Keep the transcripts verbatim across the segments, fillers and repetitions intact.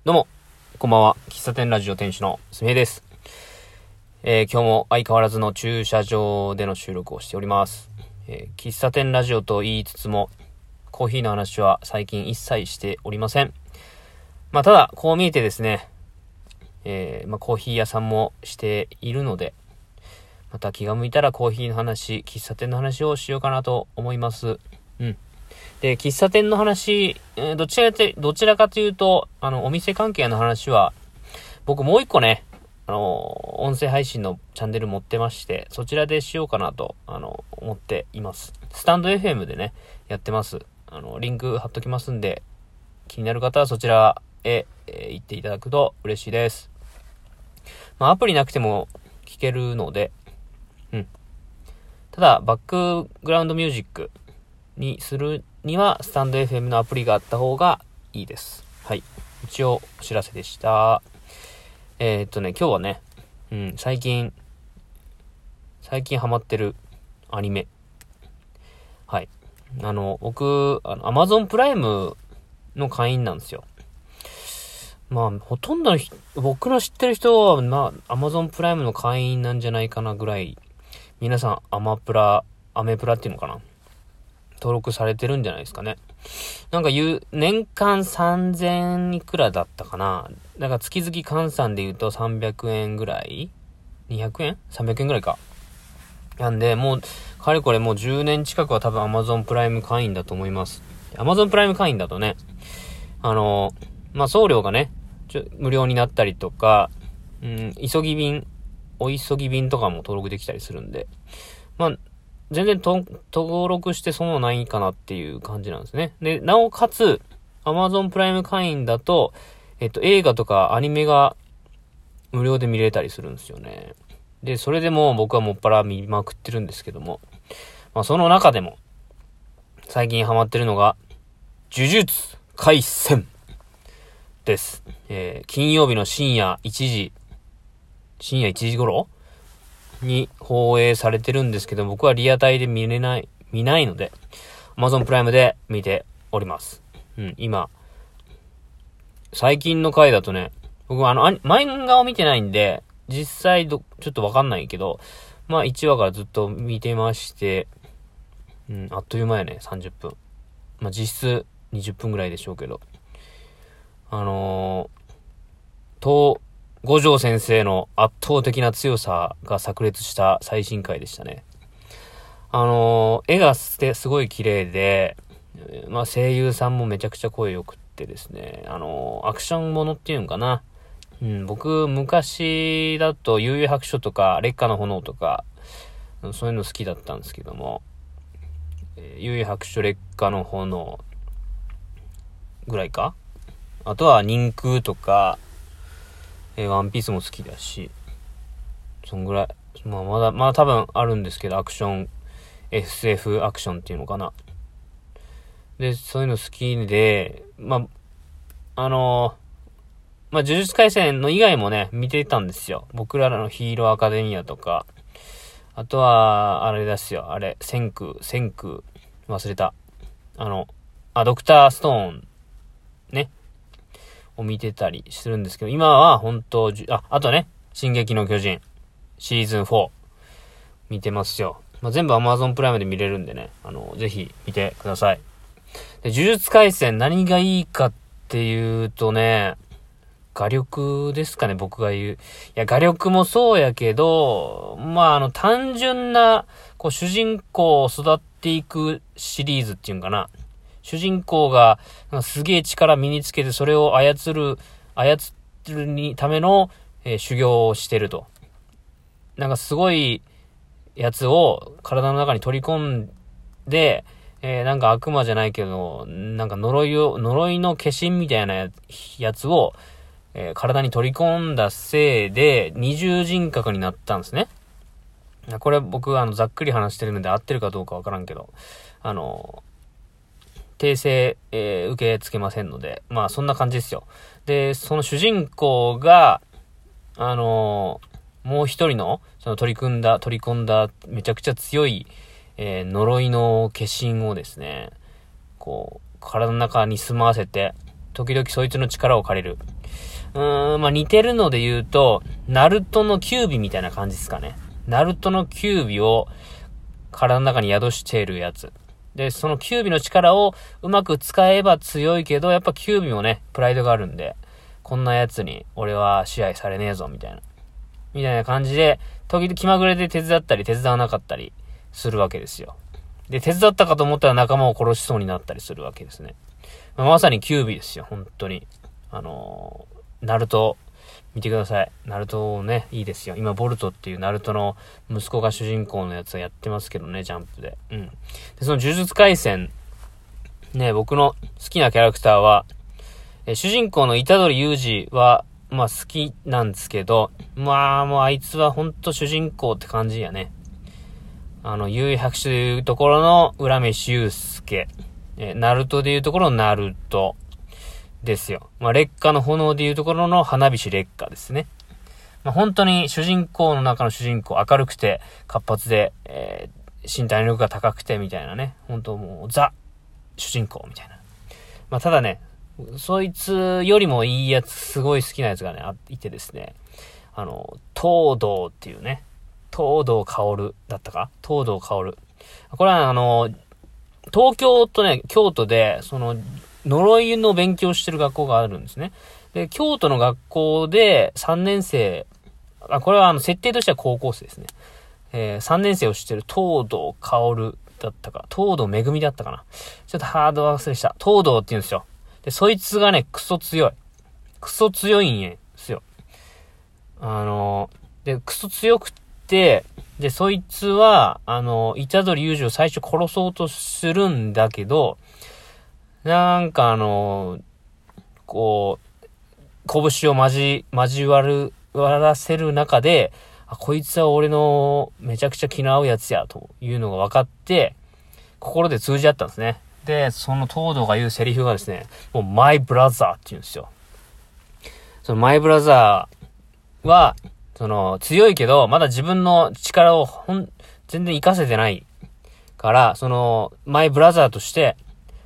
どうも、こんばんは。喫茶店ラジオ店主のすみへいです。えー、今日も相変わらずの駐車場での収録をしております。えー、喫茶店ラジオと言いつつも、コーヒーの話は最近一切しておりません。まあ、ただ、こう見えてですね、えー、まあ、コーヒー屋さんもしているので、また気が向いたらコーヒーの話、喫茶店の話をしようかなと思います。うん。で、喫茶店の話、えー、どちらかと、どちらかというと、あの、お店関係の話は、僕もう一個ね、あの、音声配信のチャンネル持ってまして、そちらでしようかなと、あの、思っています。スタンド エフエム でね、やってます。あの、リンク貼っときますんで、気になる方はそちらへ、えー、行っていただくと嬉しいです。まあ、アプリなくても聞けるので、うん。ただ、バックグラウンドミュージックにするにはスタンド エフエム のアプリがあった方がいいです。はい。一応お知らせでした。えー、っとね、今日はね、うん、最近、最近ハマってるアニメ。はい。あの、僕、あの、Amazon プライムの会員なんですよ。まあ、ほとんどの人、僕の知ってる人は、まあ、Amazon プライムの会員なんじゃないかなぐらい、皆さん、アマプラ、アメプラっていうのかな、登録されてるんじゃないですかね。なんか言う、年間さんぜんえんいくらだったかな。だから月々換算で言うとさんびゃくえんぐらい ?にひゃくえん ?さんびゃくえんぐらいか。なんで、もう、かれこれもうじゅうねん近くは多分 Amazon プライム会員だと思います。Amazon プライム会員だとね、あの、まあ、送料がね、ちょ無料になったりとか、うん、急ぎ便、お急ぎ便とかも登録できたりするんで、まあ、全然と登録して損はないかなっていう感じなんですね。で、なおかつ、Amazon プライム会員だと、えっと、映画とかアニメが無料で見れたりするんですよね。で、それでも僕はもっぱら見まくってるんですけども、まあ、その中でも、最近ハマってるのが、呪術廻戦です。えー、金曜日の深夜いちじ、深夜いちじ頃に放映されてるんですけど、僕はリアタイで見れない、見ないので、Amazon プライムで見ております。うん、今、最近の回だとね、僕あの、漫画を見てないんで、実際ど、ちょっとわかんないけど、まあいちわからずっと見てまして、うん、あっという間やね、さんじゅっぷん。まあ実質にじゅっぷんぐらいでしょうけど、あのー、と、五条先生の圧倒的な強さが炸裂した最新回でしたね。あのー、絵がすごい綺麗で、まあ声優さんもめちゃくちゃ声良くってですね、あのー、アクションものっていうのかな。うん、僕、昔だと幽遊白書とか烈火の炎とか、そういうの好きだったんですけども、えー、幽遊白書烈火の炎ぐらいか。あとは人空とか、えー、ワンピースも好きだし、そんぐらい。まあまだ、まだ多分あるんですけど、アクション、エスエフ アクションっていうのかな。で、そういうの好きで、まあ、あのー、まあ、呪術廻戦の以外もね、見てたんですよ。僕らのヒーローアカデミアとか、あとは、あれですよ、あれ、千空、千空、忘れた。あの、あ、ドクターストーン、ね。を見てたりするんですけど、今は本当、あ、あとね、進撃の巨人、シーズンフォー、見てますよ。まあ、全部 Amazon プライムで見れるんでね、あの、ぜひ見てください。で、呪術廻戦何がいいかっていうとね、画力ですかね、僕が言う。いや、画力もそうやけど、まあ、あの、単純な、こう、主人公を育っていくシリーズっていうんかな。主人公がすげえ力身につけてそれを操る、操るにための、えー、修行をしてると。なんかすごいやつを体の中に取り込んで、えー、なんか悪魔じゃないけど、なんか呪いを、呪いの化身みたいなや、やつを、えー、体に取り込んだせいで二重人格になったんですね。これ僕はあのざっくり話してるので合ってるかどうかわからんけど、あの、訂正、えー、受け付けませんので、まあそんな感じですよ。で、その主人公が、あのー、もう一人の、その取り組んだ、取り込んだ、めちゃくちゃ強い、えー、呪いの化身をですね、こう、体の中に住まわせて、時々そいつの力を借りる。 うーん、まあ、似てるので言うと、ナルトのキュービみたいな感じですかね。ナルトのキュービを体の中に宿しているやつ。で、そのキュービの力をうまく使えば強いけど、やっぱキュービもね、プライドがあるんで、こんなやつに俺は支配されねえぞ、みたいな。みたいな感じで、時々気まぐれで手伝ったり手伝わなかったりするわけですよ。で、手伝ったかと思ったら仲間を殺しそうになったりするわけですね。まあ、まさにキュービですよ、本当に。あのー、ナルト、見てください。ナルトね、いいですよ。今、ボルトっていうナルトの息子が主人公のやつをやってますけどね、ジャンプで。うん。で、その呪術廻戦、ね、僕の好きなキャラクターは、え主人公の虎杖裕二は、まあ好きなんですけど、まあもうあいつはほんと主人公って感じやね。あの、幽遊白書でいうところの浦飯祐介、えナルトでいうところのナルトですよ。まあ烈火の炎でいうところの花火師烈火ですね。まあ本当に主人公の中の主人公、明るくて活発で、えー、身体能力が高くてみたいなね。本当もうザ主人公みたいな。まあただね、そいつよりもいいやつ、すごい好きなやつがね、あいてですね。あの、東堂っていうね、東堂薫だったか東堂薫。これはあの、東京とね、京都で、その、呪いの勉強してる学校があるんですね。で、京都の学校でさんねん生、あ、これはあの、設定としては高校生ですね。えー、さんねん生をしてる東堂薫だったか、東堂めぐみだったかな。ちょっとハード忘れした。東堂って言うんですよ。で、そいつがね、クソ強い。クソ強いんですよ。あの、で、クソ強くって、で、そいつは、あの、虎杖裕二を最初殺そうとするんだけど、なんかあの、こう、拳を交、交わる、わらせる中で、あ、こいつは俺のめちゃくちゃ気の合うやつや、というのが分かって、心で通じ合ったんですね。で、その東堂が言うセリフがですね、もうマイブラザーって言うんですよ。そのマイブラザーは、その強いけど、まだ自分の力をほん、全然活かせてないから、そのマイブラザーとして、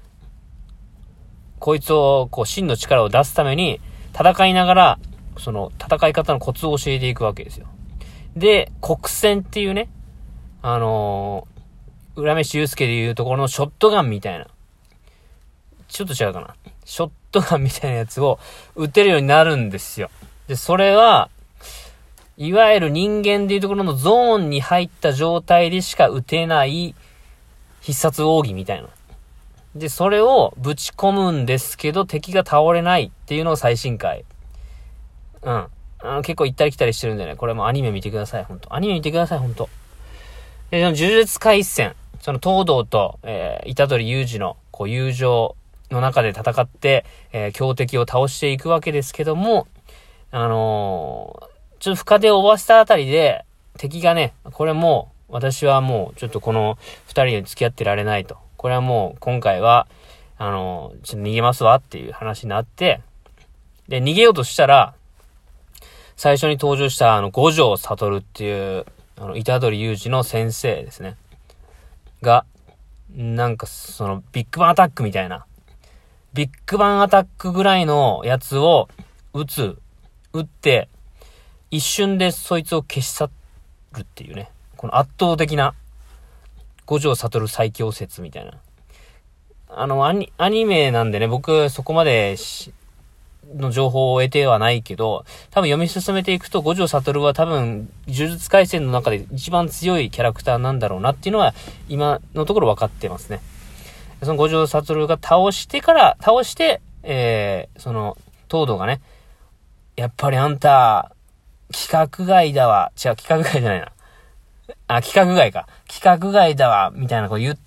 こいつをこう真の力を出すために戦いながら、その戦い方のコツを教えていくわけですよ。で、国戦っていうね、あのー、浦飯祐介でいうところのショットガンみたいな。ちょっと違うかな。ショットガンみたいなやつを撃てるようになるんですよ。で、それは、いわゆる人間でいうところのゾーンに入った状態でしか撃てない必殺奥義みたいな。で、それをぶち込むんですけど、敵が倒れないっていうのが最新回。うん。あの結構行ったり来たりしてるんでね、これもアニメ見てください、ほんと。アニメ見てください、ほんと。で、呪術廻戦。その東堂と、えー、虎杖裕二のこう友情の中で戦って、えー、強敵を倒していくわけですけども、あのー、ちょっと深手を負わせたあたりで、敵がね、これもう、私はもう、ちょっとこの二人に付き合ってられないと。これはもう、今回は、あのー、ちょっと逃げますわっていう話になって、で、逃げようとしたら、最初に登場した、あの、五条悟っていう、あの、虎杖裕二の先生ですね。が、なんかそのビッグバンアタックみたいな、ビッグバンアタックぐらいのやつを撃つ、撃って、一瞬でそいつを消し去るっていうね。この圧倒的な五条悟最強説みたいな。あの、アニ、アニメなんでね、僕そこまでし、の情報を得てはないけど、多分読み進めていくと五条悟は多分呪術廻戦の中で一番強いキャラクターなんだろうなっていうのは今のところ分かってますね。その五条悟が倒してから倒して、えー、その東堂がね、やっぱりあんた規格外だわ、違う規格外じゃないな、あ規格外か規格外だわみたいなこと言って、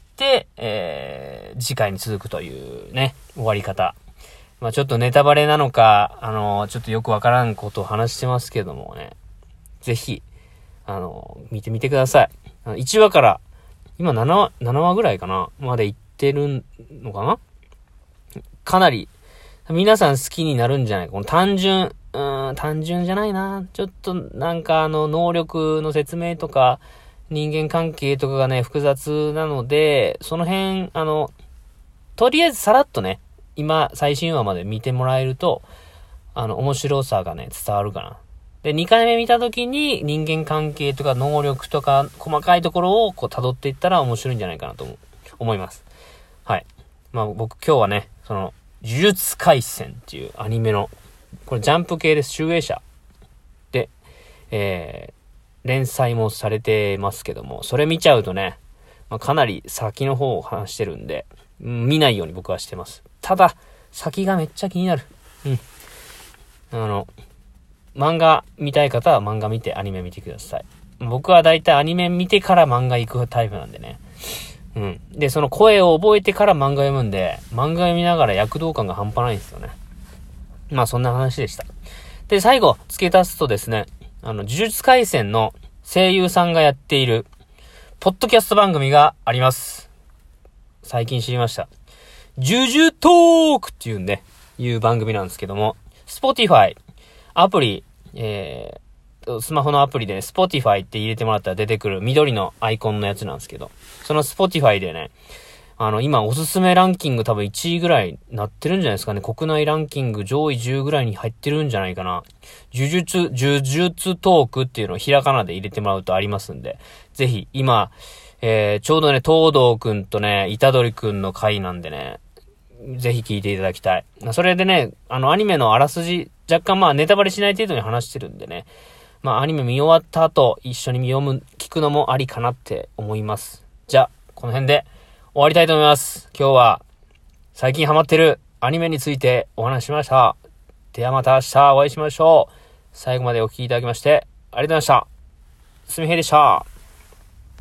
えー、次回に続くというね終わり方。まあちょっとネタバレなのか、あのー、ちょっとよくわからんことを話してますけどもね。ぜひ、あのー、見てみてください。あのいちわから、今ななわ、ななわぐらいかなまでいってるのかなかなり、皆さん好きになるんじゃないか。この単純、うーん、単純じゃないな。ちょっとなんかあの、能力の説明とか、人間関係とかがね、複雑なので、その辺、あの、とりあえずさらっとね、今、最新話まで見てもらえると、 あの、面白さがね、伝わるかな。で、にかいめ見たときに人間関係とか能力とか細かいところをこう辿っていったら面白いんじゃないかなと思います。はい。まあ僕今日はね、その、呪術廻戦っていうアニメの、これジャンプ系です。集英社で、えー、連載もされてますけども、それ見ちゃうとね、まあ、かなり先の方を話してるんで、見ないように僕はしてます。ただ、先がめっちゃ気になる。うん。あの、漫画見たい方は漫画見てアニメ見てください。僕はだいたいアニメ見てから漫画行くタイプなんでね。うん。で、その声を覚えてから漫画読むんで、漫画読みながら躍動感が半端ないんですよね。まあそんな話でした。で、最後、付け足すとですね、あの、呪術廻戦の声優さんがやっている、ポッドキャスト番組があります。最近知りました。呪術トークっていうんで、いう番組なんですけども、Spotify、アプリ、えー、スマホのアプリでね、Spotify って入れてもらったら出てくる緑のアイコンのやつなんですけど、その Spotify でね、あの、今おすすめランキング多分いちいぐらいなってるんじゃないですかね。国内ランキング上位じゅうぐらいに入ってるんじゃないかな。呪術、呪術トークっていうのをひらがなで入れてもらうとありますんで、ぜひ今、えー、ちょうどね、東堂くんとね、虎杖くんの回なんでね、ぜひ聞いていただきたい。それでね、あの、アニメのあらすじ、若干まあネタバレしない程度に話してるんでね、まあアニメ見終わった後、一緒に読む、聞くのもありかなって思います。じゃあ、この辺で終わりたいと思います。今日は、最近ハマってるアニメについてお話ししました。ではまた明日お会いしましょう。最後までお聞きいただきまして、ありがとうございました。すみへいでした。